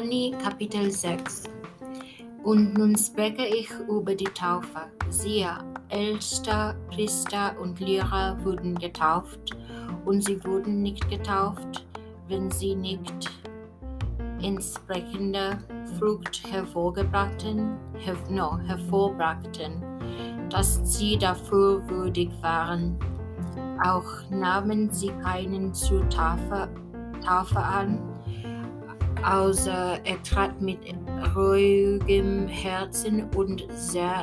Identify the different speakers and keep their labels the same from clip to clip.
Speaker 1: Johanni Kapitel 6. Und nun spreche ich über die Taufe. Siehe, Älteste, Priester und Lehrer wurden getauft, und sie wurden nicht getauft, wenn sie nicht entsprechende Frucht hervorbrachten, dass sie dafür würdig waren. Auch nahmen sie keinen zur Taufe an, außer er trat mit ruhigem Herzen und sehr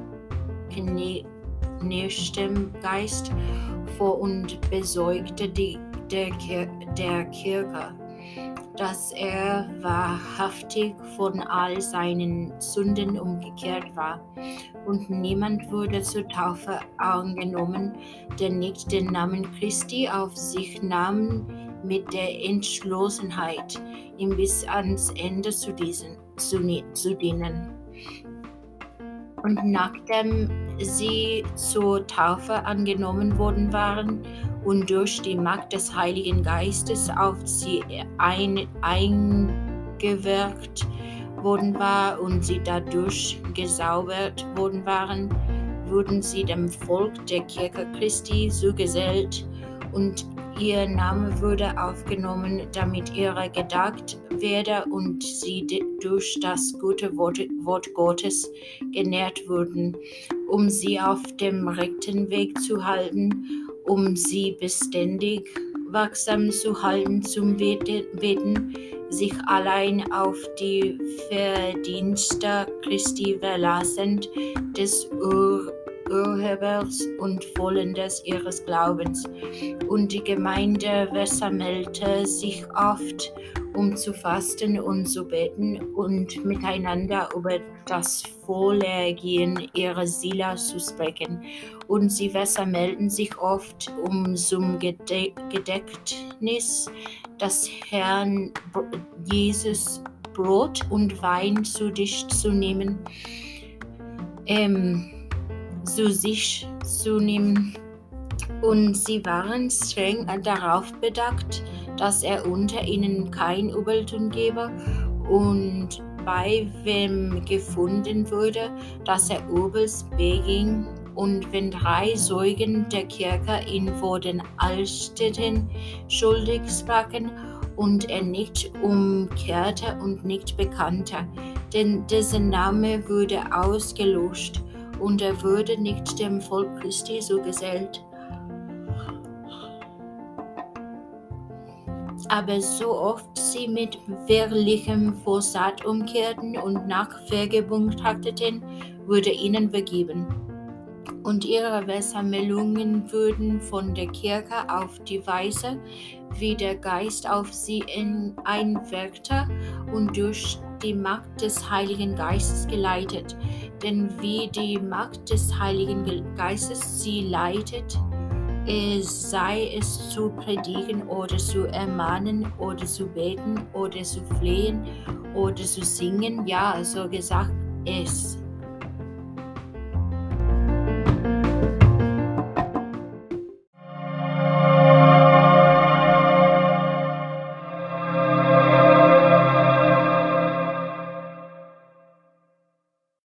Speaker 1: knirschtem Geist vor und bezeugte der Kirche, dass er wahrhaftig von all seinen Sünden umgekehrt war. Und niemand wurde zur Taufe angenommen, der nicht den Namen Christi auf sich nahm, mit der Entschlossenheit, ihm bis ans Ende zu dienen. Und nachdem sie zur Taufe angenommen worden waren und durch die Macht des Heiligen Geistes auf sie eingewirkt worden war und sie dadurch gesaubert worden waren, wurden sie dem Volk der Kirche Christi zugesellt, und ihr Name wurde aufgenommen, damit ihrer gedacht werde und sie durch das gute Wort Gottes genährt wurden, um sie auf dem rechten Weg zu halten, um sie beständig wachsam zu halten zum Beten, sich allein auf die Verdienste Christi verlassend, des Urhebers und Vollenders ihres Glaubens. Und die Gemeinde versammelte sich oft, um zu fasten und zu beten und miteinander über das Wohlergehen ihrer Seele zu sprechen. Und sie versammelten sich oft, um zum Gedächtnis des Herrn Jesus Brot und Wein zu sich zu nehmen, und sie waren streng darauf bedacht, dass er unter ihnen kein Übeltun gebe, und bei wem gefunden wurde, dass er Übels beging, und wenn 3 Zeugen der Kirche ihn vor den Ältesten schuldig sprachen, und er nicht umkehrte und nicht bekannte, denn dessen Name wurde ausgelöscht, und er wurde nicht dem Volk Christi zugesellt. Aber so oft sie mit wirklichem Vorsatz umkehrten und nach Vergebung trachteten, wurde ihnen vergeben. Und ihre Versammlungen wurden von der Kirche auf die Weise, wie der Geist auf sie einwirkte, und durch die Macht des Heiligen Geistes geleitet. Denn wie die Macht des Heiligen Geistes sie leitet, sei es zu predigen oder zu ermahnen oder zu beten oder zu flehen oder zu singen, ja, so gesagt es.